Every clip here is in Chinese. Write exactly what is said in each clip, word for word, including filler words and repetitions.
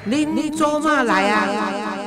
您做嘛来啊？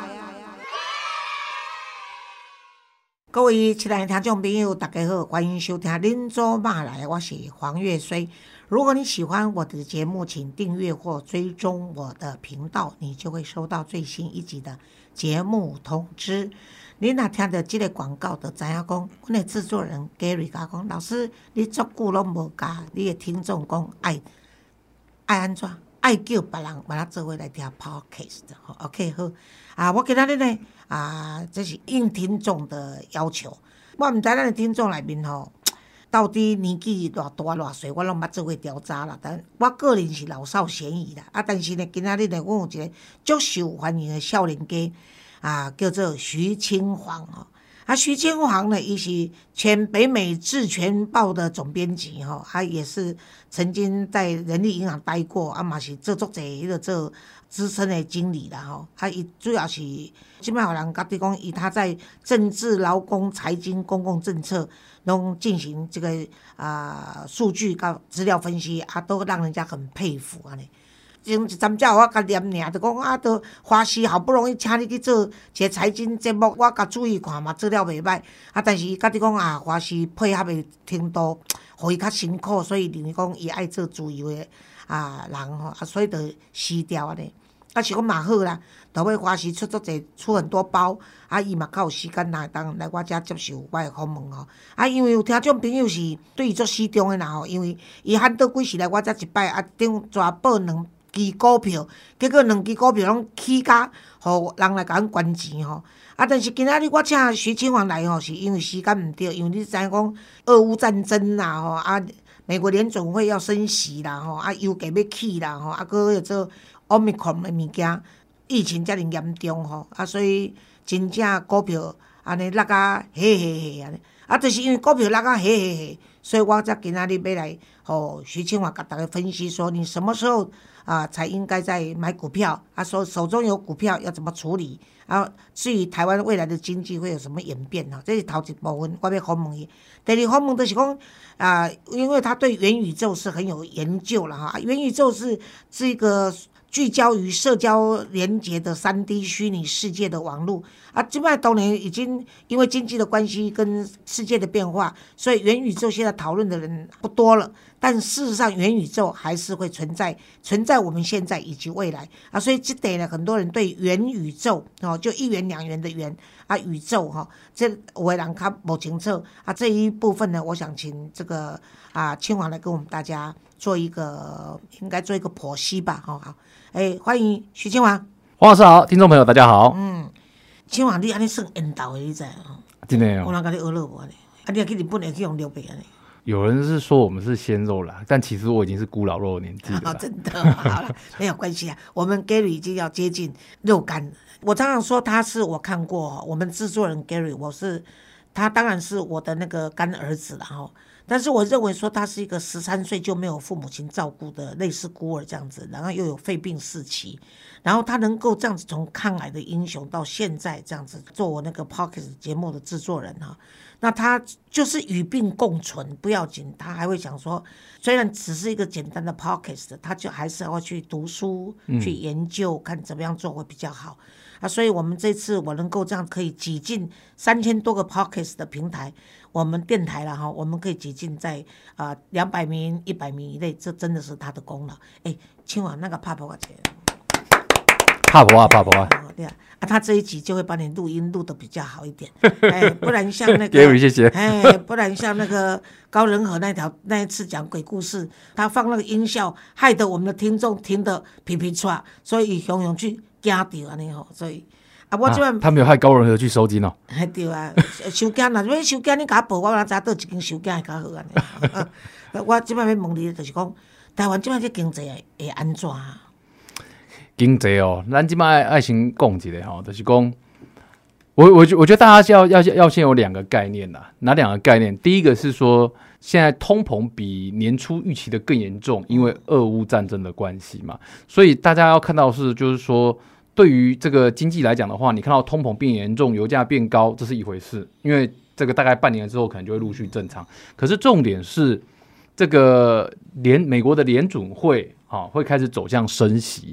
各位亲爱的听众朋友，大家好，欢迎收听《您做嘛来》，我是黄月水。如果你喜欢我的节目，请订阅或追踪我的频道，你就会收到最新一集的节目通知。你若听到这个广告，就知影讲，阮的制作人 Gary 甲讲，老师，你足久拢无教你的听众讲爱爱安怎？爱叫别人把他做伙来听 podcast。OK 好啊，我今仔日呢啊，这是应听众的要求。我毋知咱的听众内面吼，到底年纪偌大偌岁，我拢捌做过调查啦。但我个人是老少咸宜啦。啊，但是呢，今仔日呢，阮有一个足受欢迎的少年家啊，叫做徐清煌吼。啊，徐清煌呢，伊是全北美智权报的总编辑吼，他也是曾经在人力银行待过，啊嘛是做足侪迄个做资深的经理啦吼。啊，伊主要是即摆有人甲你讲，以他在政治、劳工、财经、公共政策拢进行这个啊、呃、数据跟资料分析啊，都让人家很佩服安尼。前一阵才我甲念尔，就讲啊，都华视好不容易请你去做一个财经节目，我甲注意看嘛，做了袂歹啊。但是伊甲你讲啊，华视配合的程度，互伊较辛苦，所以认为讲伊爱做自由的啊人吼，啊，所以就死掉安尼。啊是讲嘛好啦，就尾华视出足侪出很多包，啊，伊嘛较有时间来当来我遮接受我的访问吼。啊，因为有听众朋友是对伊足死忠的啦吼，因为伊喊倒几时来我遮一摆，啊，顶抓报两支股票，结果两支股票拢起价，互人来甲阮捐钱吼。啊，但是今仔日我请徐清煌来吼，是因为时间毋对，因为你知影讲俄乌战争啦吼，啊，美国联准会要升息啦吼，啊，油价要起啦吼，啊，搁要做 Omicron 的物件，疫情遮尔严重吼，啊，所以真正股票安尼落啊嘿嘿嘿安尼，啊，就是因为股票落啊嘿嘿嘿，所以我才今仔日要来互徐清煌甲大家分析说，你什么时候啊，才应该在买股票啊？手手中有股票要怎么处理？啊，至于台湾未来的经济会有什么演变呢？这是头一部分，我要访问伊。第二访问就是讲啊，因为他对元宇宙是很有研究了哈。元宇宙是是一个聚焦于社交连结的 三 D 虚拟世界的网络啊，现在当然已经因为经济的关系跟世界的变化，所以元宇宙现在讨论的人不多了。但事实上，元宇宙还是会存在，存在我们现在以及未来啊。所以这得呢，很多人对元宇宙哦，就一元两元的元啊，宇宙哈、哦，这有的人看不清楚啊。这一部分呢，我想请这个啊清煌来跟我们大家做一个，应该做一个剖析吧，好、哦、好。哎，欢迎徐清煌。 黄老师好，听众朋友大家好。 嗯，清煌你安尼算缘投的，你知啊？ 真的哦。 有人甲你学了无呢？啊，你去日本会去用六百安尼？ 有人是说我们是鲜肉啦，但其实我已经是孤老肉的年纪了、 哦。真的，好了，没有关系啊。我们 Gary 已经要接近肉干了。我常常说他是我看过，我们制作人 Gary， 我是他当然是我的那个干儿子了哈。但是我认为说他是一个十三岁就没有父母亲照顾的类似孤儿这样子，然后又有肺病四期，然后他能够这样子从抗癌的英雄到现在这样子做我那个 podcast 节目的制作人哈，那他就是与病共存不要紧，他还会想说，虽然只是一个简单的 podcast， 他就还是要去读书、嗯、去研究，看怎么样做会比较好啊。所以我们这次我能够这样可以挤进三千多个 podcast 的平台。我们电台啦哈，我们可以挤进在啊两百名、一百名以内，这真的是他的功劳。哎，清煌那个帕婆啊， 帕婆啊，帕婆啊， 对啊，啊，他这一集就会把你录音录得比较好一点，哎，不然像那个， 给我谢谢， 哎，不然像那个高仁和那条那一次讲鬼故事，他放那个音效，害得我们的听众听得皮皮唰，所以雄雄去惊到安尼吼，所以。啊，我这边、 啊、他没有害高仁和去收金哦。 对啊，收惊啦！要收惊，你甲我报，我哪知倒一间收惊会较好安尼？我这边要问你，就是讲台湾这边这经济会安怎？ 经济哦，咱这边爱爱先讲一下吼，就是讲，我我我觉得大家要要要先有两个概念啦。哪两个概念？第一个是说，现在通膨比年初预期的更严重，因为俄乌战争的关系嘛，所以大家要看到是就是说。对于这个经济来讲的话，你看到通膨变严重，油价变高，这是一回事，因为这个大概半年之后可能就会陆续正常。可是重点是，这个联美国的联准会啊会开始走向升息，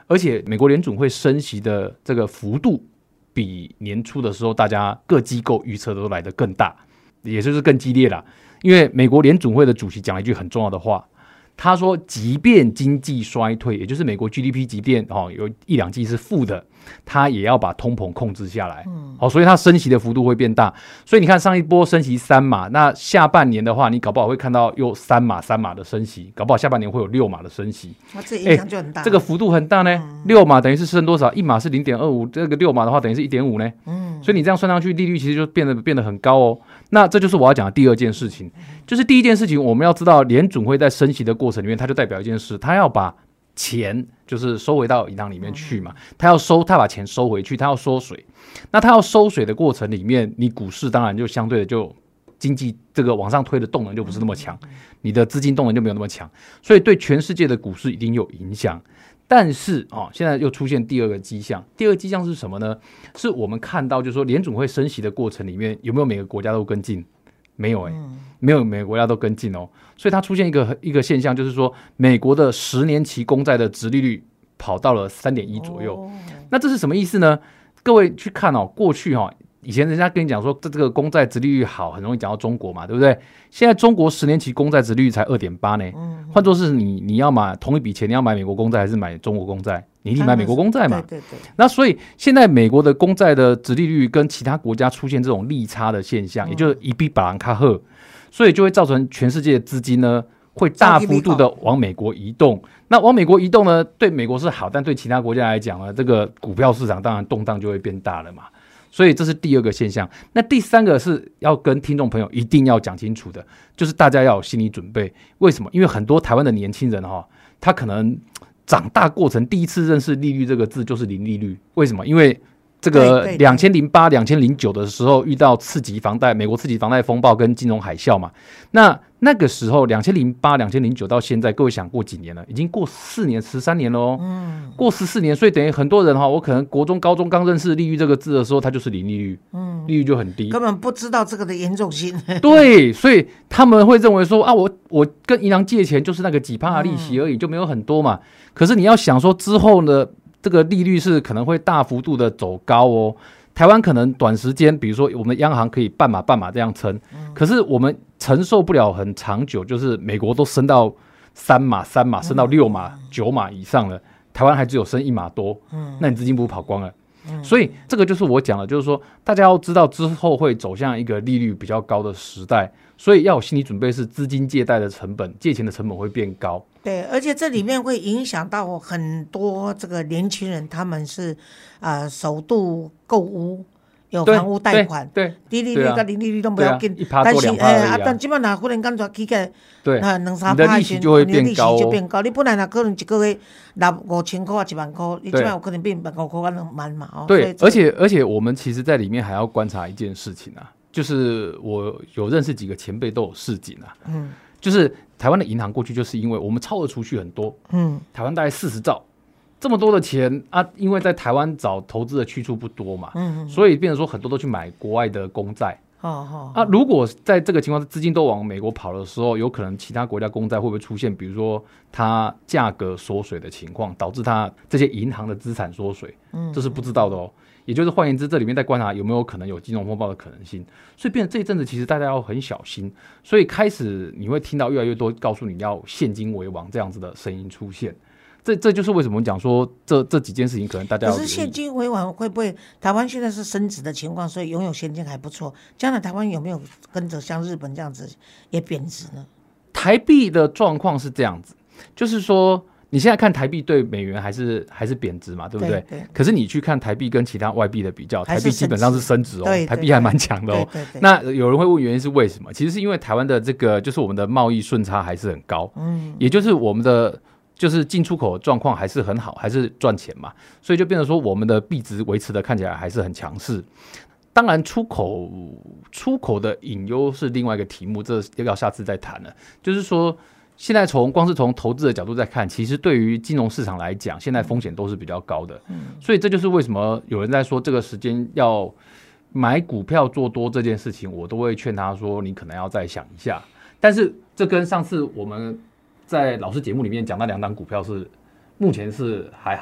而且美国联准会升息的这个幅度比年初的时候大家各机构预测都来得更大，也就是更激烈啦。因为美国联准会的主席讲了一句很重要的话，他说即便经济衰退，也就是美国 G D P 即便、哦、有一两季是负的，他也要把通膨控制下来、嗯哦、所以他升息的幅度会变大。所以你看上一波升息三码，那下半年的话你搞不好会看到又三码三码的升息，搞不好下半年会有六码的升息， 这影响就很大、欸、 这个幅度很大呢、嗯、六码等于是升多少？一码是 零点二五， 这个六码的话等于是 一点五 呢、嗯、所以你这样算上去利率其实就变得变得很高哦。那这就是我要讲的第二件事情，就是第一件事情我们要知道联准会在升息的过程里面，它就代表一件事，它要把钱就是收回到银行里面去嘛，他要收，他把钱收回去，他要缩水。那他要收水的过程里面，你股市当然就相对的就经济这个往上推的动能就不是那么强，你的资金动能就没有那么强，所以对全世界的股市一定有影响。但是、哦、现在又出现第二个迹象，第二个迹象是什么呢？是我们看到就是说联准会升息的过程里面，有没有每个国家都跟进？没有哎、欸，没有每个国家都跟进哦，所以它出现一个一个现象，就是说美国的十年期公债的殖利率跑到了 三点一 左右、哦、那这是什么意思呢？各位去看哦，过去哦以前人家跟你讲说这个公债殖利率好，很容易讲到中国嘛，对不对？现在中国十年期公债殖利率才 二点八 呢，换作是你你要买同一笔钱，你要买美国公债还是买中国公债？你一定买美国公债嘛。 对对对。 那所以现在美国的公债的殖利率跟其他国家出现这种利差的现象，也就是一比把人卡赫，所以就会造成全世界的资金呢会大幅度的往美国移动。那往美国移动呢，对美国是好，但对其他国家来讲呢，这个股票市场当然动荡就会变大了嘛。所以这是第二个现象。那第三个是要跟听众朋友一定要讲清楚的，就是大家要有心理准备。为什么？因为很多台湾的年轻人、哦、他可能长大过程第一次认识利率这个字就是零利率。为什么？因为这个两千零八、两千零九的时候遇到次级房贷，美国次级房贷风暴跟金融海啸嘛。那那个时候两千零八、两千零九到现在，各位想过几年了？已经过四年、十三年了哦。嗯，过十四年，所以等于很多人哈、哦，我可能国中、高中刚认识利率这个字的时候，它就是零利率，嗯，利率就很低， 根本不知道这个的严重性。 对，所以他们会认为说啊，我我跟银行借钱就是那个几趴的利息而已，就没有很多嘛。可是你要想说之后呢？这个利率是可能会大幅度的走高哦，台湾可能短时间，比如说我们央行可以半码半码这样撑、嗯，可是我们承受不了很长久，就是美国都升到三码、三码，升到六码、九、嗯、码以上了，台湾还只有升一码多，嗯，那你资金不是跑光了？嗯、所以这个就是我讲的，就是说大家要知道之后会走向一个利率比较高的时代，所以要有心理准备，是资金借贷的成本、借钱的成本会变高。 对，而且这里面会影响到很多这个年轻人，他们是呃首度购屋，有房屋贷款， 对， 低利率跟零利率都不要紧，但是呃啊，但基本上忽然间起个， 对， 啊两三趴，你的利息就会变高、哦， 利息就变高。你本来那可能一个月拿五千块啊一万块，你基本上有可能变万五块啊两万嘛哦。 对，而且而且我们其实在里面还要观察一件事情啊，就是我有认识几个前辈都有市井啊，嗯，就是台湾的银行过去就是因为我们超额储蓄很多，嗯，台湾大概四十兆。这么多的钱啊，因为在台湾找投资的去处不多嘛，嗯，所以变成说很多都去买国外的公债。哦哦啊，如果在这个情况下资金都往美国跑的时候，有可能其他国家公债会不会出现，比如说它价格缩水的情况，导致它这些银行的资产缩水？嗯，这是不知道的哦。也就是换言之，这里面在观察有没有可能有金融风暴的可能性。所以变成这一阵子，其实大家要很小心。所以开始你会听到越来越多告诉你要现金为王这样子的声音出现。这这就是为什么我们讲说这这几件事情可能大家要。 可是现金为王会不会台湾现在是升值的情况，所以拥有现金还不错。将来台湾有没有跟着像日本这样子也贬值呢？ 台币的状况是这样子，就是说你现在看台币对美元还是还是贬值嘛，对不 对, 对, 对？可是你去看台币跟其他外币的比较，台币基本上是升值哦， 对对对， 台币还蛮强的哦。对对对，那有人会问原因是为什么？其实是因为台湾的这个就是我们的贸易顺差还是很高，嗯，也就是我们的。就是进出口的状况还是很好，还是赚钱嘛，所以就变成说我们的币值维持的看起来还是很强势。当然出口出口的隐忧是另外一个题目，这要下次再谈了。就是说现在从光是从投资的角度再看，其实对于金融市场来讲，现在风险都是比较高的，所以这就是为什么有人在说这个时间要买股票做多这件事情，我都会劝他说你可能要再想一下。但是这跟上次我们在老师节目里面讲那两档股票是目前是还好，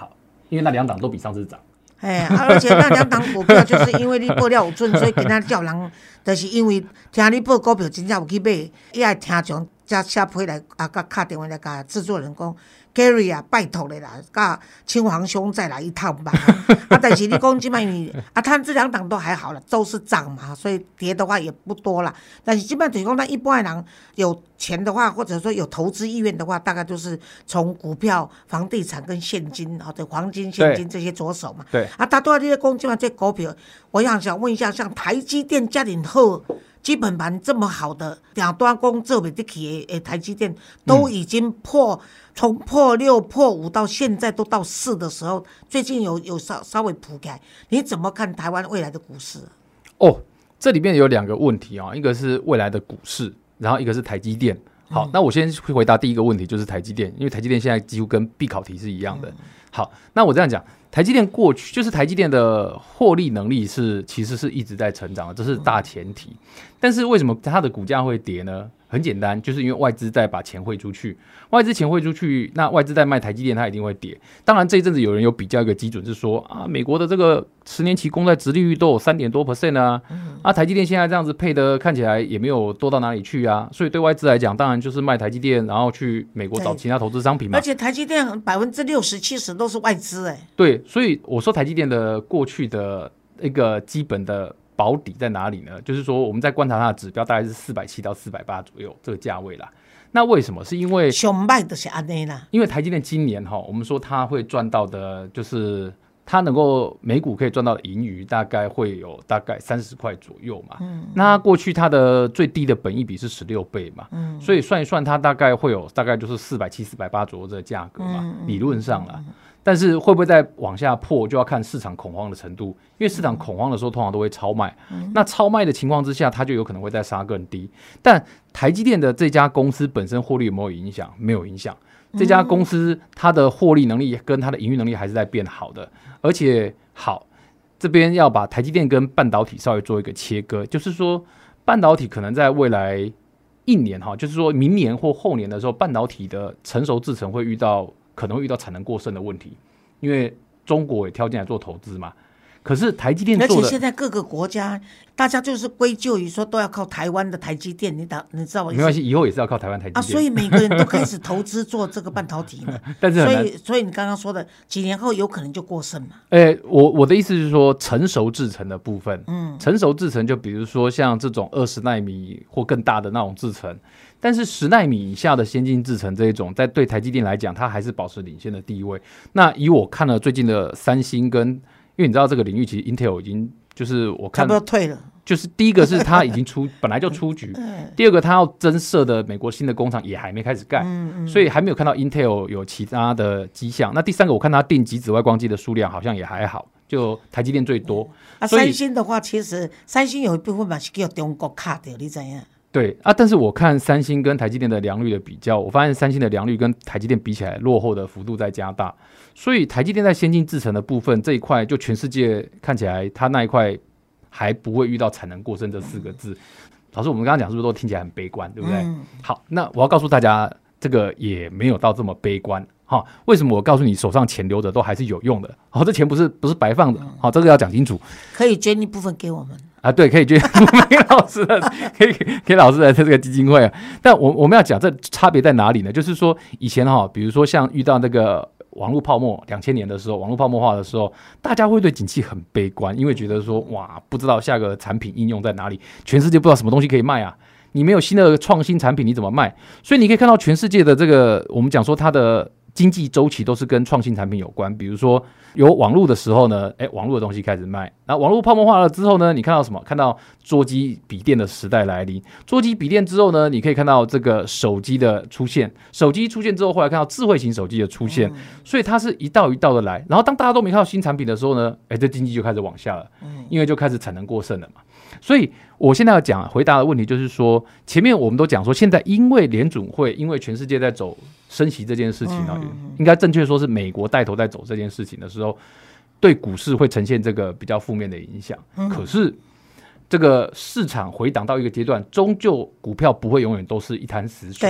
因为那两档都比上次涨。 哎、啊，而且那两档股票就是因为你报了有准，所以今仔叫人，就是因为听你报股票真正有去买，伊爱听众才写批来啊，甲打电话来甲制作人讲 ，Gary 啊，拜托咧啦，甲青黄兄再来一趟吧。啊，但是你讲即摆啊，他这两档都还好了，都是涨嘛，所以跌的话也不多啦。但是即摆就是讲，咱一般的人有钱的话，或者说有投资意愿的话，大概就是从股票、房地产跟现金或者黄金、现金这些着手嘛。 对。 啊，他都在讲即摆这股票，我想想问一下，像台积电这样好。基本盘这么好的，两端讲做不得起的台积电都已经破，从、嗯、破六破五到现在都到四的时候，最近有有稍稍微铺开，你怎么看台湾未来的股市？ 哦，这里面有两个问题啊、哦，一个是未来的股市，然后一个是台积电。好，嗯、那我先回答第一个问题，就是台积电，因为台积电现在几乎跟必考题是一样的。嗯、好，那我这样讲。台积电过去就是台积电的获利能力是其实是一直在成长的，这是大前提。但是为什么它的股价会跌呢？很简单，就是因为外资在把钱汇出去，外资钱汇出去，那外资在卖台积电，它一定会跌。当然这一阵子有人有比较一个基准是说啊，美国的这个十年期公债殖利率都有三点多 percent 啊，啊台积电现在这样子配的看起来也没有多到哪里去啊，所以对外资来讲，当然就是卖台积电，然后去美国找其他投资商品嘛。 而且台积电百分之六十七十都是外资哎、欸。 对，所以我说台积电的过去的一个基本的保底在哪里呢？就是说我们在观察它的指标大概是四百七到四百八左右这个价位啦。那为什么？是因为熊卖的是安内啦。因为台积电今年哈，我们说它会赚到的，就是它能够每股可以赚到的盈余大概会有大概三十块左右嘛。嗯，那过去它的最低的本益比是十六倍嘛。嗯，所以算一算，它大概会有大概就是四百七、四百八左右的价格嘛。嗯、理论上啦。嗯嗯但是会不会再往下破，就要看市场恐慌的程度。因为市场恐慌的时候，通常都会超卖。嗯、那超卖的情况之下，它就有可能会再杀更低。但台积电的这家公司本身获利有没有影响？没有影响。这家公司它的获利能力跟它的营运能力还是在变好的。而且好，这边要把台积电跟半导体稍微做一个切割，就是说半导体可能在未来一年哈，就是说明年或后年的时候，半导体的成熟制程会遇到。可能会遇到产能过剩的问题，因为中国也挑进来做投资嘛。可是台积电做的， 而且现在各个国家，大家就是归咎于说都要靠台湾的台积电，你打你知道吗？ 没关系，以后也是要靠台湾台积电啊，所以每个人都开始投资做这个半导体嘛。 但是所以所以你刚刚说的几年后有可能就过剩嘛？ 哎、欸，我我的意思是说，成熟制程的部分，嗯，成熟制程就比如说像这种二十奈米或更大的那种制程。但是十奈米以下的先进制程这一种，在对台积电来讲，它还是保持领先的地位。那以我看了最近的三星跟，因为你知道这个领域其实 Intel 已经就是我看差不多退了， 就是第一个是它已经出本来就出局，第二个它要增设的美国新的工厂也还没开始盖，嗯嗯所以还没有看到 Intel 有其他的迹象。那第三个我看它定极紫外光机的数量好像也还好，就台积电最多。嗯、 啊，三星的话，其实三星有一部分嘛是叫中国卡的，你怎样？ 对啊，但是我看三星跟台积电的良率的比较，我发现三星的良率跟台积电比起来落后的幅度在加大，所以台积电在先进制程的部分这一块，就全世界看起来它那一块还不会遇到产能过剩这四个字。老师，我们刚刚讲是不是都听起来很悲观，对不对？嗯、好，那我要告诉大家，这个也没有到这么悲观。好，为什么我告诉你手上钱留着都还是有用的？好，这钱不是不是白放的。好，这个要讲清楚。 可以捐一部分给我们啊，对，可以捐一部分给老师的，可以给老师的这个基金会。但我我们要讲这差别在哪里呢？就是说以前哈，比如说像遇到那个网络泡沫，两千年的时候，网络泡沫化的时候，大家会对景气很悲观，因为觉得说哇，不知道下个产品应用在哪里，全世界不知道什么东西可以卖啊。你没有新的创新产品，你怎么卖？所以你可以看到全世界的这个，我们讲说它的经济周期都是跟创新产品有关。比如说有网络的时候呢，哎，网络的东西开始卖。然后网络泡沫化了之后呢，你看到什么？看到桌机笔电的时代来临。桌机笔电之后呢，你可以看到这个手机的出现。手机出现之后，后来看到智慧型手机的出现。所以它是一道一道的来。然后当大家都没看到新产品的时候呢，哎，这经济就开始往下了，因为就开始产能过剩了嘛。所以我现在要讲回答的问题就是说，前面我们都讲说，现在因为联准会，因为全世界在走升息这件事情呢、嗯嗯，应该正确说是美国带头在走这件事情的时候，对股市会呈现这个比较负面的影响。嗯、可是这个市场回档到一个阶段，终究股票不会永远都是一潭死水。 对了，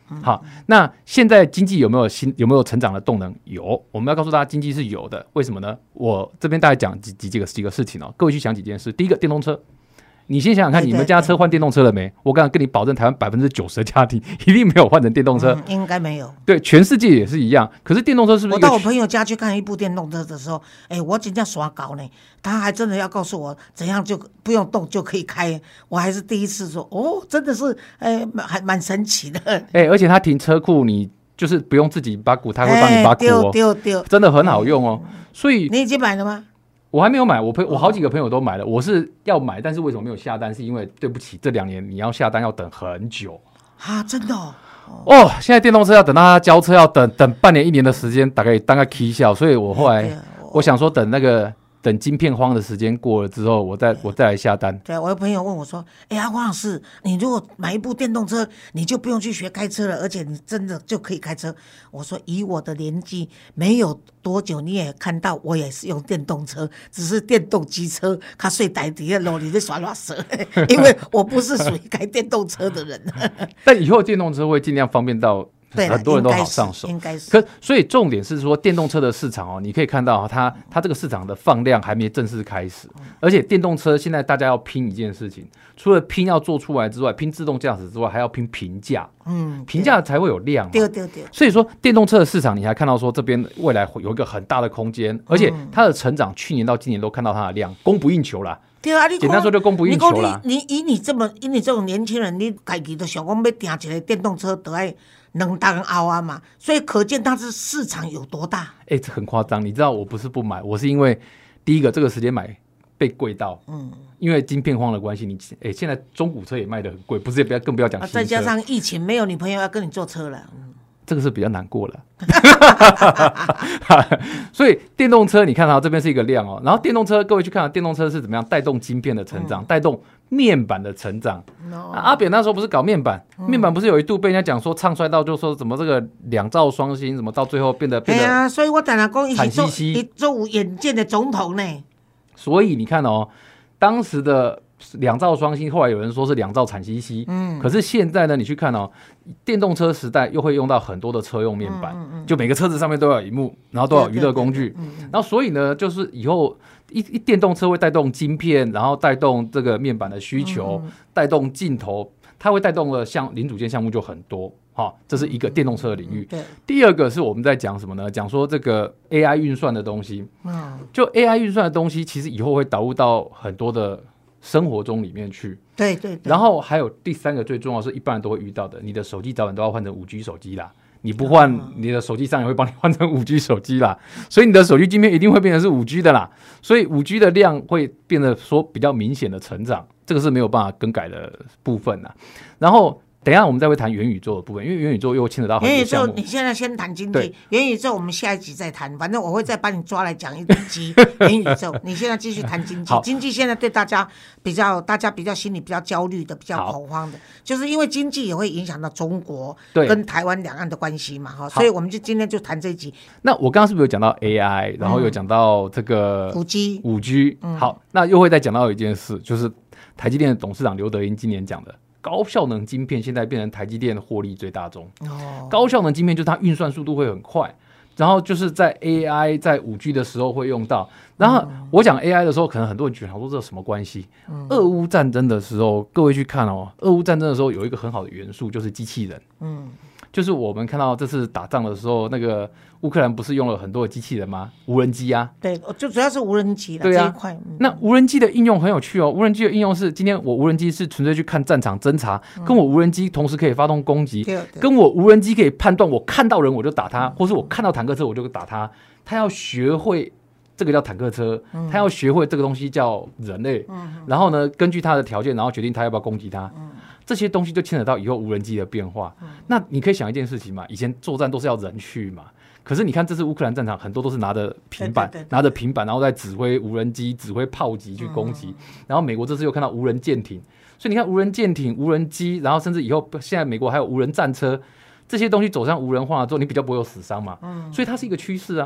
嗯、 好，那现在经济有没有新有没有成长的动能？有，我们要告诉大家，经济是有的。为什么呢？我这边大概讲几几几个几个事情哦，各位去想几件事。第一个，电动车。你先想想看，你们家车换电动车了没？我刚刚跟你保证，台湾百分之九十的家庭一定没有换成电动车， 嗯、应该没有。 对，全世界也是一样。可是电动车是不是？ 我到我朋友家去看一部电动车的时候，哎，我真叫耍搞呢，他还真的要告诉我怎样就不用动就可以开，我还是第一次说，哦，真的是，哎，还蛮神奇的。 哎，而且他停车库，你就是不用自己把鼓，他会帮你把鼓哦， 丢丢， 真的很好用哦。所以你已经买了吗？ 我还没有买，我朋我好几个朋友都买了，我是要买，但是为什么没有下单？是因为对不起，这两年你要下单要等很久啊，真的哦。 哦，现在电动车要等到他交车要等等半年一年的时间，大概大概 K 笑，所以我后来我想说等那个等晶片荒的时间过了之后，我再我再来下单。 对，我有朋友问我说：“哎呀，黄老师，你如果买一部电动车，你就不用去学开车了，而且你真的就可以开车。”我说：“以我的年纪，没有多久你也看到，我也是用电动车，只是电动机车，它睡在底下路里在耍耍蛇，因为我不是属于开电动车的人。” 但以后电动车会尽量方便到。 对， 很多人都好上手， 应该是。 可所以重点是说，电动车的市场哦，你可以看到它它这个市场的放量还没正式开始，而且电动车现在大家要拼一件事情，除了拼要做出来之外，拼自动驾驶之外，还要拼评价，嗯，评价才会有量嘛。 对对对。 所以说，电动车的市场你还看到说这边未来有一个很大的空间，而且它的成长，去年到今年都看到它的量，供不应求啦。 对啊，你简单说就供不应求啦。 你以你这么以你这种年轻人，你自己都想讲要订一个电动车，都要两当后啊嘛，所以可见它是市场有多大。 哎、欸，这很夸张。你知道我不是不买，我是因为第一个这个时间买被贵到，嗯，因为晶片荒的关系，你哎、欸，现在中古车也卖得很贵，不是不要更不要讲新车、 啊。再加上疫情，没有女朋友要跟你坐车了。嗯， 这个是比较难过了。所以电动车你看到这边是一个量哦，然后电动车各位去看电动车是怎么样带动晶片的成长，带、嗯、动面板的成长。No. 啊、阿扁那时候不是搞面板、嗯、面板不是有一度被人家讲说唱衰到就说怎么这个两兆双星怎么到最后变得变得惨兮兮。 啊，所以我常常讲他是做有远见的总统呢。 所以你看哦，当时的两兆双星，后来有人说是两兆惨兮兮，嗯，可是现在呢，你去看哦，电动车时代又会用到很多的车用面板，嗯嗯嗯、就每个车子上面都有萤幕，然后都有娱乐工具，然后所以呢，就是以后一一电动车会带动晶片，然后带动这个面板的需求，嗯、带动镜头，它会带动的像零组件项目就很多。好，这是一个电动车的领域。 对， 第二个是我们在讲什么呢？讲说这个 A I 运算的东西。嗯，就 A I 运算的东西，其实以后会导入到很多的生活中里面去。 对对对。 然后还有第三个最重要是一般人都会遇到的，你的手机早晚都要换成五 G 手机啦。你不换，嗯、你的手机上也会帮你换成五 G 手机啦。所以你的手机晶片一定会变成是五 G 的啦。所以五 G 的量会变得说比较明显的成长，这个是没有办法更改的部分啦。然后。等一下，我们再会谈元宇宙的部分，因为元宇宙又牵扯到很多项目。 元宇宙，你现在先谈经济，元宇宙我们下一集再谈。反正我会再把你抓来讲一集元宇宙。你现在继续谈经济，经济现在对大家比较，大家比较心里比较焦虑的、比较恐慌的，就是因为经济也会影响到中国跟台湾两岸的关系嘛，哈。所以我们就今天就谈这一集。 那我刚刚是不是有讲到 A I， 然后有讲到这个五 G， 五 G，嗯、好，那又会再讲到一件事，就是台积电的董事长刘德音今年讲的。高效能晶片现在变成台积电获利最大宗。哦，高效能晶片就是它运算速度会很快，然后就是在 A I 在 五 G 的时候会用到。然后我讲 A I 的时候，可能很多人觉得说这有什么关系？嗯、俄乌战争的时候，各位去看哦，俄乌战争的时候有一个很好的元素就是机器人。嗯。就是我们看到这次打仗的时候，那个乌克兰不是用了很多的机器人吗？无人机啊， 对，就主要是无人机的对、啊、 这一块、嗯。 那无人机的应用很有趣哦。无人机的应用是，今天我无人机是纯粹去看战场侦察，嗯、跟我无人机同时可以发动攻击，跟我无人机可以判断我看到人我就打他，嗯、或是我看到坦克车我就打他。他要学会这个叫坦克车，嗯、他要学会这个东西叫人类，嗯、然后呢，根据他的条件，然后决定他要不要攻击他。嗯，这些东西就牵扯到以后无人机的变化。嗯、那你可以想一件事情嘛，以前作战都是要人去嘛，可是你看这次乌克兰战场很多都是拿着平板，对对对对拿着平板，然后在指挥无人机、指挥炮击去攻击。嗯、然后美国这次又看到无人舰艇，所以你看无人舰艇、无人机，然后甚至以后现在美国还有无人战车，这些东西走向无人化之后，你比较不会有死伤嘛。嗯、所以它是一个趋势啊。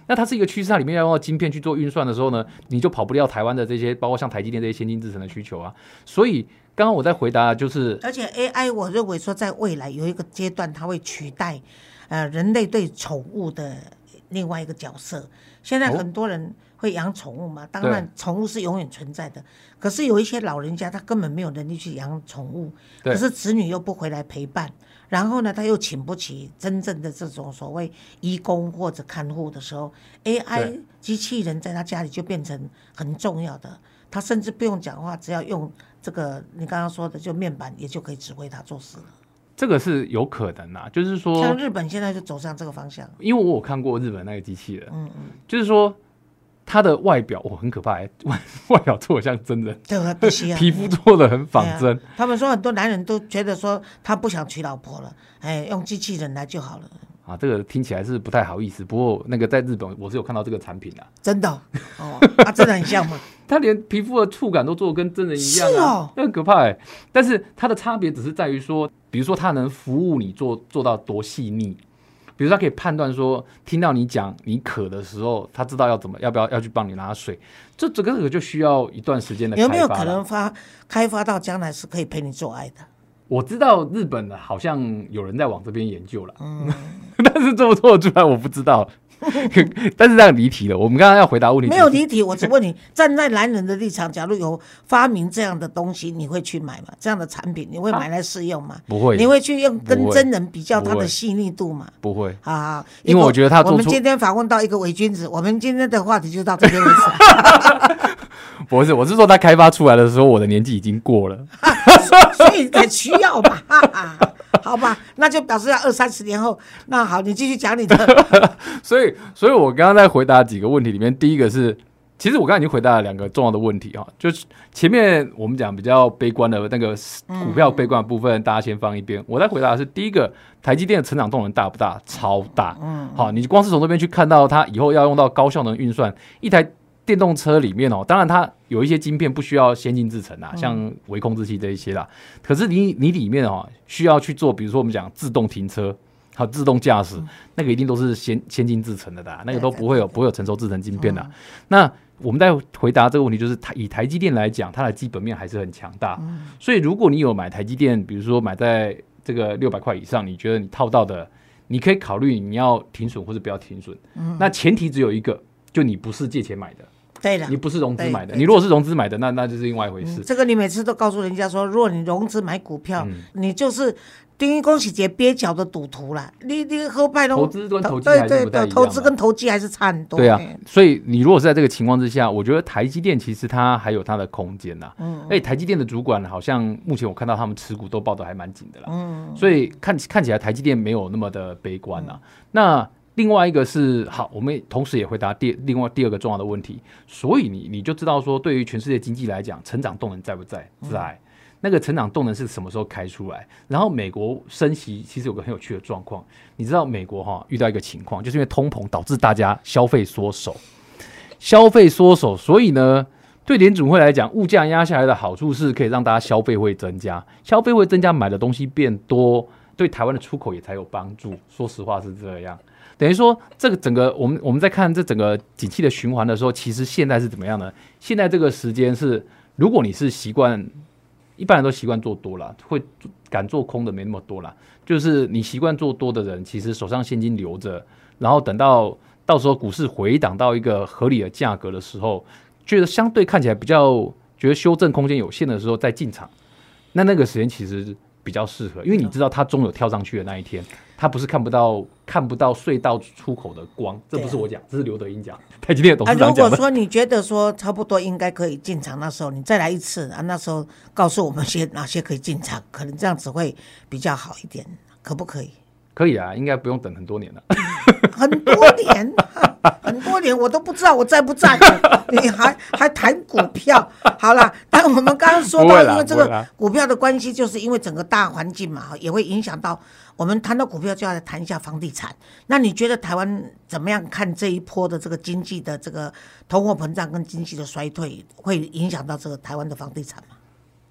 那它是一个趋势，它里面要用到晶片去做运算的时候呢，你就跑不掉台湾的这些，包括像台积电这些先进制程的需求啊。所以刚刚我在回答就是， 而且 A I 我认为说在未来有一个阶段，它会取代呃人类对宠物的另外一个角色。现在很多人会养宠物嘛，当然宠物是永远存在的，可是有一些老人家他根本没有能力去养宠物，可是子女又不回来陪伴，然后呢他又请不起真正的这种所谓义工或者看护的时候， A I 机器人在他家里就变成很重要的，他甚至不用讲话，只要用这个你刚刚说的就面板也就可以指挥他做事了。 这个是有可能啊，就是说像日本现在就走向这个方向， 因为我有看过日本那个机器人， 嗯嗯， 就是说它的外表哦很可怕、欸，外外表做的像真人， 对啊，不需要皮肤做的很仿真、 啊。他们说很多男人都觉得说他不想娶老婆了，哎，用机器人来就好了。 啊，这个听起来是不太好意思，不过那个在日本我是有看到这个产品啊， 真的哦，啊，真的很像吗？ 它连皮肤的触感都做的跟真人一样啊， 是哦， 很可怕哎、欸。但是它的差别只是在于说，比如说它能服务你做做到多细腻，比如说它可以判断说，听到你讲你渴的时候，它知道要怎么要不要要去帮你拿水，这这个这个就需要一段时间的开发。 有没有可能发开发到将来是可以陪你做爱的？ 我知道日本的好像有人在往这边研究了，嗯，但是做不做得出来我不知道。但是这样离题了，我们刚刚要回答问题。 没有离题，我只问你，站在男人的立场，假如有发明这样的东西，你会去买吗？这样的产品你会买来试用吗？ 啊、不会。 你会去用跟真人比较它的细腻度吗？ 不会。 啊， 因为我觉得他做出。 我们今天访问到一个伪君子，我们今天的话题就到这边为止。 不是，我是说他开发出来的时候，我的年纪已经过了， 所以才需要吧。好吧，那就表示要二三十年后。那好，你继续讲你的。 所以，所以我刚刚在回答几个问题里面，第一个是，其实我刚才已经回答了两个重要的问题哈，就是前面我们讲比较悲观的那个股票悲观的部分，嗯、大家先放一边。我在回答的是第一个，台积电的成长动能大不大？超大。嗯，好，你光是从这边去看到它以后要用到高效能运算，一台电动车里面哦，当然它有一些晶片不需要先进制程啊，像微控制器这一些啦。可是你你里面哦需要去做，比如说我们讲自动停车，还有自动驾驶，那个一定都是先先进制程的啦，那个都不会有不会有成熟制程晶片的。那我们在回答这个问题，就是以台积电来讲，它的基本面还是很强大。所以如果你有买台积电，比如说买在这个六百块以上，你觉得你套到的，你可以考虑你要停损或者不要停损。那前提只有一个，就你不是借钱买的。 对了， 你不是融资买的，你如果是融资买的，那那就是另外一回事、 嗯。这个你每次都告诉人家说，如果你融资买股票，嗯、你就是等于恭喜姐蹩脚的赌徒啦。你你后派投资跟投机还是不太一样， 投资跟投机还是差很多。 对啊，所以你如果是在这个情况之下，我觉得台积电其实它还有它的空间呐。嗯，而且台积电的主管好像目前我看到他们持股都抱得还蛮紧的啦。嗯，所以看看起来台积电没有那么的悲观呐。嗯、那另外一个是好，我们同时也回答第另外第二个重要的问题，所以你你就知道说，对于全世界经济来讲，成长动能在不在？在。嗯、那个成长动能是什么时候开出来？然后美国升息其实有个很有趣的状况，你知道美国哈遇到一个情况，就是因为通膨导致大家消费缩手，消费缩手，所以呢，对联准会来讲，物价压下来的好处是可以让大家消费会增加，消费会增加，买的东西变多，对台湾的出口也才有帮助。说实话是这样。等于说，这个整个我们我们在看这整个景气的循环的时候，其实现在是怎么样呢？现在这个时间是，如果你是习惯，一般人都习惯做多啦，会敢做空的没那么多啦。就是你习惯做多的人，其实手上现金留着，然后等到到时候股市回档到一个合理的价格的时候，觉得相对看起来比较觉得修正空间有限的时候再进场，那那个时间其实比较适合，因为你知道它终有跳上去的那一天。他不是看不到看不到隧道出口的光，这不是我讲，这是刘德英讲，台积电的董事长讲的、啊。 如果说你觉得说差不多应该可以进场，那时候你再来一次啊，那时候告诉我们些哪些可以进场，可能这样子会比较好一点，可不可以？ 可以啊，应该不用等很多年了。 很多年，很多年，我都不知道我在不在，你还还谈股票？好啦，但我们刚刚说到，因为这个股票的关系，就是因为整个大环境嘛，也会影响到我们谈到股票，就要来谈一下房地产。那你觉得台湾怎么样看这一波的这个经济的这个通货膨胀跟经济的衰退，会影响到这个台湾的房地产吗？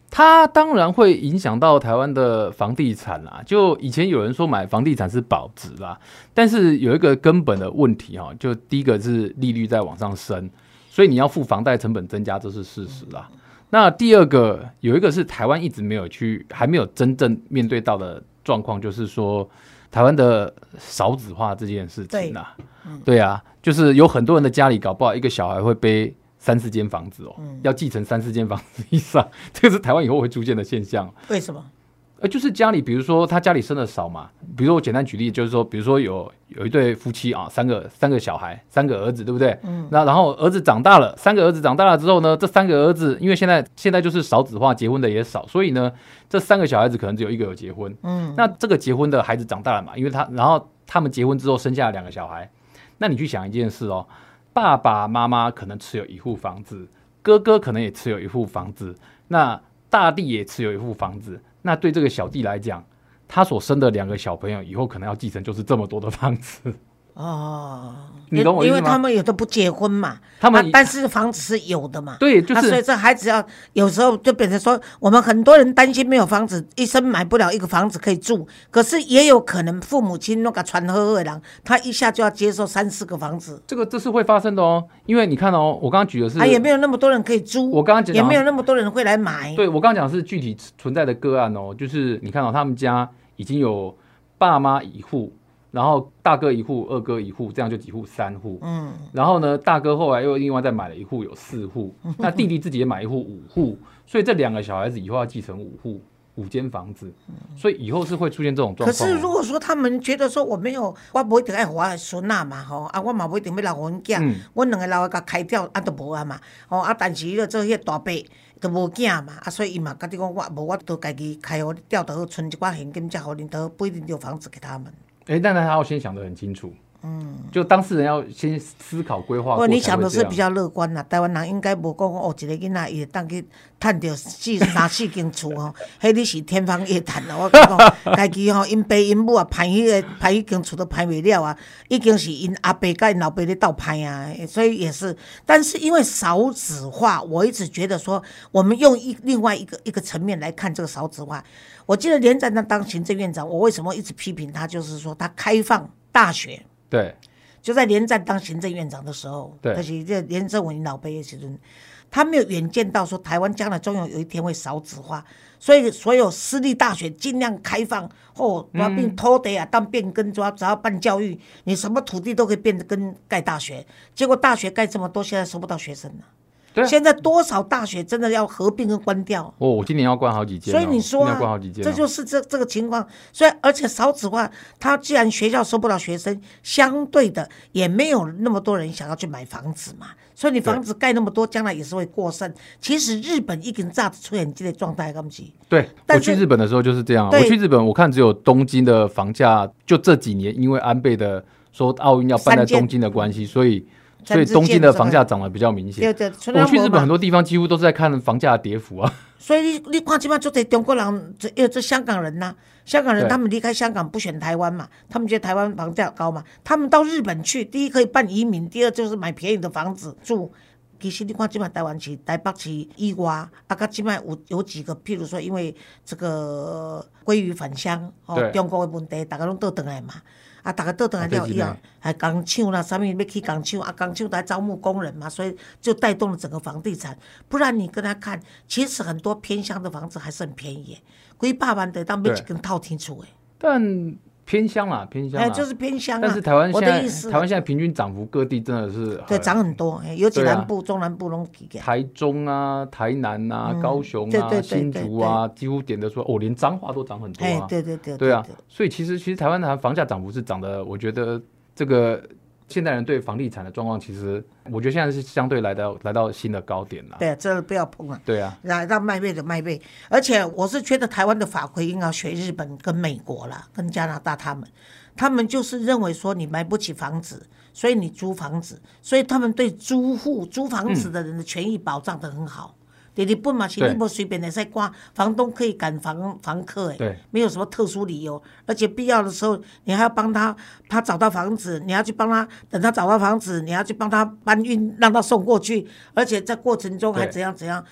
它当然会影响到台湾的房地产啦。就以前有人说买房地产是保值啦，但是有一个根本的问题哈，就第一个是利率在往上升，所以你要付房贷成本增加，这是事实啦。那第二个有一个是台湾一直没有去，还没有真正面对到的状况，就是说台湾的少子化这件事情啊，对，嗯、对啊，就是有很多人的家里搞不好一个小孩会背三四间房子哦，嗯、要继承三四间房子以上，这个是台湾以后会出现的现象。 为什么？ 呃，就是家里，比如说他家里生的少嘛，比如说我简单举例，就是说，比如说有有一对夫妻啊，三个三个小孩，三个儿子，对不对？嗯。那然后儿子长大了，三个儿子长大了之后呢，这三个儿子，因为现在现在就是少子化，结婚的也少，所以呢，这三个小孩子可能只有一个有结婚。嗯。那这个结婚的孩子长大了嘛，因为他然后他们结婚之后生下了两个小孩，那你去想一件事哦，爸爸妈妈可能持有一户房子，哥哥可能也持有一户房子，那大弟也持有一户房子。那对这个小弟来讲，他所生的两个小朋友以后可能要继承就是这么多的房子哦， 你懂我意思吗？ 因为他们有的不结婚嘛， 他们、 啊、但是房子是有的嘛， 对，就是、啊、 所以这孩子要有时候就变成说，我们很多人担心没有房子，一生买不了一个房子可以住，可是也有可能父母亲那个传呵呵的人，他一下就要接受三四个房子， 这个这是会发生的哦。因为你看哦，我刚刚举的是， 啊，也没有那么多人可以租， 我刚刚讲也没有那么多人会来买。 对，我刚刚讲的是具体存在的个案哦，就是你看到、哦、他们家已经有爸妈一户。然后大哥一户，二哥一户，这样就几户？三户。嗯。然后呢，大哥后来又另外再买了一户，有四户。那弟弟自己也买一户，五户。所以这两个小孩子以后要继承五户，五间房子。所以以后是会出现这种状况。 可是如果说他们觉得说我没有，我不一定爱我的孙仔嘛，吼啊，我嘛不一定要留阮囝，嗯、我两个老的甲开掉，啊都无啊嘛，吼啊，但是伊做迄大伯都无囝嘛，啊，所以伊嘛甲你讲，我无我都家己开互你调倒，存一寡现金，才互恁倒不一定有房子给他们。 哎，但是他要先想得很清楚，嗯，就当事人要先思考规划。不过你想的是比较乐观啦，台湾人应该无讲哦，一个囡仔伊会当去赚到四三四间厝吼，迄你是天方夜谭啦！我讲讲，家己吼因爸因母啊，排迄个排迄间厝都排袂了啊，已经是因阿伯甲因老爸咧斗排啊，所以也是。但是因为少子化，我一直觉得说，我们用一另外一个一个层面来看这个少子化。我记得连战他当行政院长，我为什么一直批评他？就是说他开放大学， 对， 就在连战当行政院长的时候， 对， 而且这连胜文老辈的时阵，他没有远见到说台湾将来终有有一天会少子化，所以所有私立大学尽量开放，哦，要变土地啊，当变更，只要只要办教育，你什么土地都可以变得跟盖大学。结果大学盖这么多，现在收不到学生了。现在多少大学真的要合并跟关掉？ 哦，我今年要关好几间、哦， 所以你说、啊， 要关好几间、哦， 这就是这这个情况。所以，而且少子化，他既然学校收不到学生，相对的也没有那么多人想要去买房子嘛。所以你房子盖那么多，将来也是会过剩。其实日本已经炸出现这个状态，敢是？ 对，我去日本的时候就是这样。我去日本，我看只有东京的房价，就这几年因为安倍的说奥运要办在东京的关系，所以。所以东京的房价涨得比较明显。对对，我去日本很多地方几乎都是在看房价的跌幅啊。 所以你你看，现在就在中国人，这这香港人呐、啊，香港人他们离开香港不选台湾嘛，他们觉得台湾房价高嘛，他们到日本去，第一可以办移民，第二就是买便宜的房子住。其实你看，现在台湾市、台北市以外，啊，到现在有有几个，譬如说，因为这个鲑鱼返乡，哦，中国的问题，大家拢倒转来嘛。啊，大家倒转来了以后，还工厂啦，啥物要起工厂啊，工厂来招募工人嘛，所以就带动了整个房地产。不然你跟他看，其实很多偏乡的房子还是很便宜耶，几百万的当买一间套天厝诶。 但偏乡啦，偏乡啦， 就是偏乡啊。 但是台湾现在，台湾现在平均涨幅各地真的是对涨很多，尤其南部、啊、中南部拢起来。 台中啊、台南啊、嗯、高雄啊、对对对对新竹啊，几乎点得出来。哦，连彰化都涨很多啊。 对对 对, 对, 对啊，所以其实其实台湾的房价涨幅是涨的，我觉得这个现代人对房地产的状况，其实我觉得现在是相对来到来到新的高点了。 对啊，这不要碰了。 对啊， 来到卖背的卖背，而且我是觉得台湾的法规应该学日本跟美国啦，跟加拿大他们。他们就是认为说你买不起房子，所以你租房子，所以他们对租户租房子的人的权益保障得很好。你日本嘛是你不随便的在挂，房东可以赶房房客哎，没有什么特殊理由，而且必要的时候你还要帮他，他找到房子，你要去帮他，等他找到房子，你要去帮他搬运，让他送过去，而且在过程中还怎样怎样。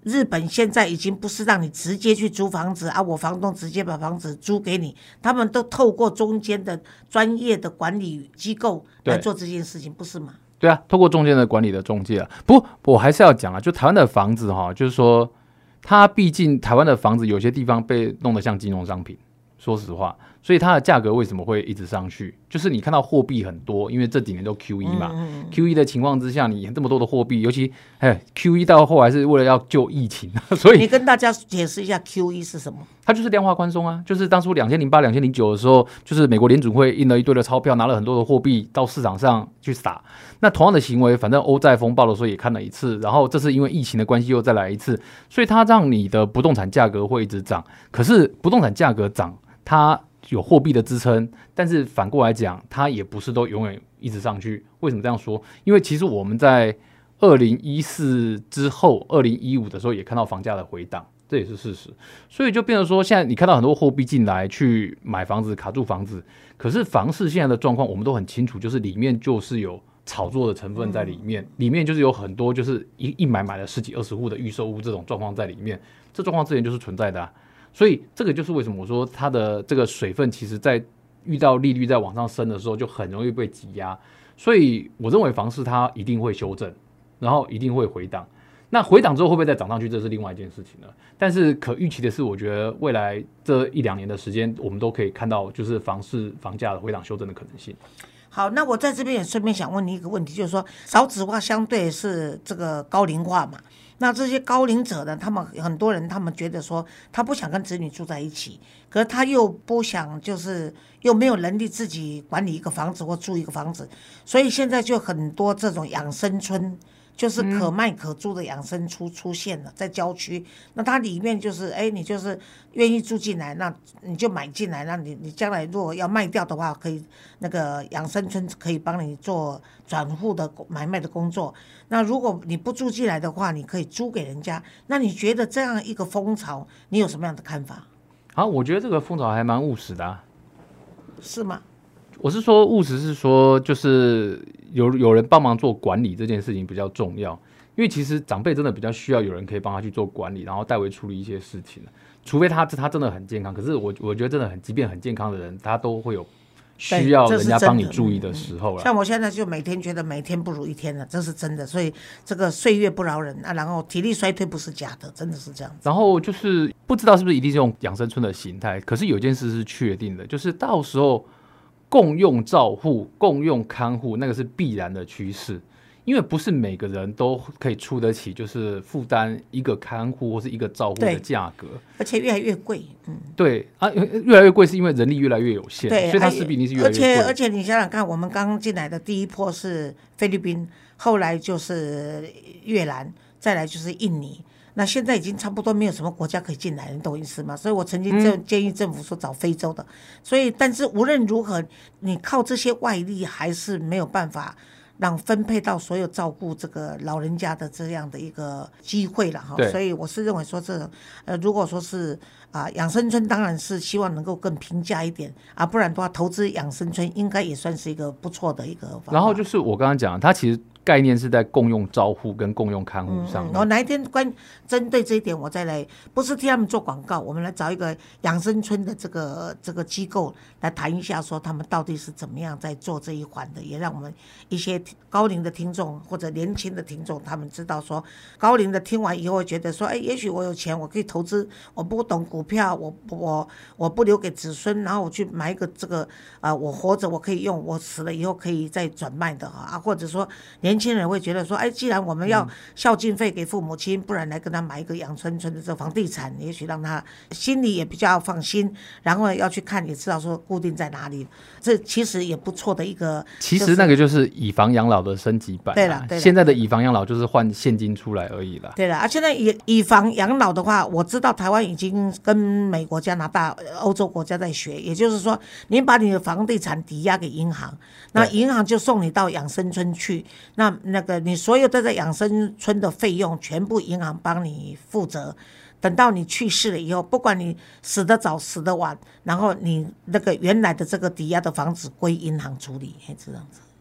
日本现在已经不是让你直接去租房子啊，我房东直接把房子租给你，他们都透过中间的专业的管理机构来做这件事情，不是吗？ 对啊，透过中间的管理的中介啊。不过我还是要讲啊，就台湾的房子哈，就是说它毕竟台湾的房子有些地方被弄得像金融商品，说实话，所以它的价格为什么会一直上去？就是你看到货币很多，因为这几年都 Q E 嘛、嗯嗯、，Q E 的情况之下，你这么多的货币，尤其哎 Q E 到后来是为了要救疫情，所以你跟大家解释一下 Q E 是什么？ 它就是量化宽松啊，就是当初两千零八、两千零九的时候，就是美国联准会印了一堆的钞票，拿了很多的货币到市场上去撒。那同样的行为，反正欧债风暴的时候也看了一次，然后这次因为疫情的关系又再来一次，所以它让你的不动产价格会一直涨。可是不动产价格涨，它有货币的支撑，但是反过来讲，它也不是都永远一直上去。为什么这样说？因为其实我们在二零一四之后，二零一五的时候也看到房价的回档。这也是事实，所以就变成说，现在你看到很多货币进来去买房子、卡住房子，可是房市现在的状况我们都很清楚，就是里面就是有炒作的成分在里面，嗯、里面就是有很多就是一一买买了十几二十户的预售屋这种状况在里面，这状况之前就是存在的啊。所以这个就是为什么我说它的这个水分，其实在遇到利率在往上升的时候，就很容易被挤压。所以我认为房市它一定会修正，然后一定会回档。那回档之后会不会再涨上去，这是另外一件事情了。但是可预期的是，我觉得未来这一两年的时间，我们都可以看到就是房市房价的回档修正的可能性。 好，那我在这边也顺便想问你一个问题，就是说少子化相对是这个高龄化嘛，那这些高龄者呢，他们很多人他们觉得说他不想跟子女住在一起，可是他又不想就是又没有能力自己管理一个房子或住一个房子，所以现在就很多这种养生村，就是可卖可租的养生村出现了，在郊区。那它里面就是，哎，你就是愿意住进来，那你就买进来，那你你将来如果要卖掉的话，可以那个养生村可以帮你做转户的买卖的工作。那如果你不住进来的话，你可以租给人家。那你觉得这样一个风潮，你有什么样的看法？ 啊，我觉得这个风潮还蛮务实的啊。 是吗？ 我是说务实是说就是有有人帮忙做管理这件事情比较重要，因为其实长辈真的比较需要有人可以帮他去做管理，然后代为处理一些事情，除非他他真的很健康，可是我我觉得真的很即便很健康的人，他都会有需要人家帮你注意的时候了。 像我现在就每天觉得每天不如一天了，这是真的，所以这个岁月不饶人啊，然后体力衰退不是假的，真的是这样子。 然后就是不知道是不是一定是用养生村的形态，可是有件事是确定的，就是到时候共用照护、共用看护，那个是必然的趋势，因为不是每个人都可以出得起，就是负担一个看护或是一个照护的价格， 而且越来越贵。嗯， 对啊，越来越贵是因为人力越来越有限，所以它势必一定是越来越贵。 而且而且你想想看，我们刚进来的第一波是菲律宾，后来就是越南，再来就是印尼。那现在已经差不多没有什么国家可以进来，你懂我意思吗？所以我曾经就建议政府说找非洲的、嗯、所以但是无论如何你靠这些外力还是没有办法让分配到所有照顾这个老人家的这样的一个机会了哈。所以我是认为说这呃，如果说是啊养生村，当然是希望能够更平价一点啊，不然的话投资养生村应该也算是一个不错的一个方法。 然后就是我刚刚讲，它其实概念是在共用照护跟共用看护上面。 嗯嗯、我哪一天关针对这一点，我再来，不是替他们做广告，我们来找一个养生村的这个这个机构来谈一下，说他们到底是怎么样在做这一环的，也让我们一些高龄的听众或者年轻的听众，他们知道说，高龄的听完以后会觉得说，哎，也许我有钱，我可以投资，我不懂股票，我我我不留给子孙，然后我去买一个这个啊、呃，我活着我可以用，我死了以后可以再转卖的啊，或者说年轻人会觉得说，哎，既然我们要孝敬费给父母亲，不然来跟他买一个养生村的这个房地产，也许让他心里也比较放心，然后要去看也知道说固定在哪里，这其实也不错的一个。 其实那个就是以房养老的升级版、啊。 对了，对了， 现在的以房养老就是换现金出来而已啦。 对了，啊，现在以以房养老的话，我知道台湾已经跟美国、加拿大、欧洲国家在学，也就是说，你把你的房地产抵押给银行，那银行就送你到养生村去，那那个你所有的在养生村的费用全部银行帮你负责，等到你去世了以后，不管你死得早死得晚，然后你那个原来的这个抵押的房子归银行处理，这样子。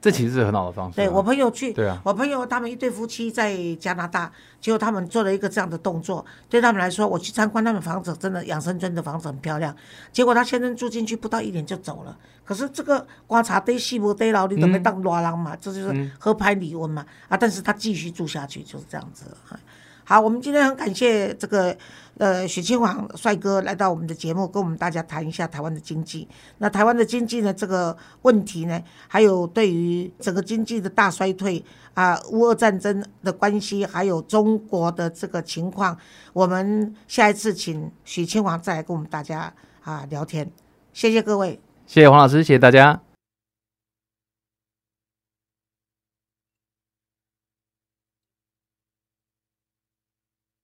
这其实是很好的方式、啊。 对我朋友去， 对啊， 我朋友他们一对夫妻在加拿大，结果他们做了一个这样的动作，对他们来说，我去参观他们房子，真的养生村的房子很漂亮。结果他先生住进去不到一年就走了，可是这个观察对戏不对牢，你准备当拉郎嘛，嗯、这就是合拍离婚嘛、嗯、啊！但是他继续住下去，就是这样子。好，我们今天很感谢这个呃许清煌帅哥来到我们的节目，跟我们大家谈一下台湾的经济。那台湾的经济呢，这个问题呢，还有对于整个经济的大衰退啊，乌俄战争的关系，还有中国的这个情况，我们下一次请许清煌再来跟我们大家啊聊天。谢谢各位， 谢谢黄老师，谢谢大家。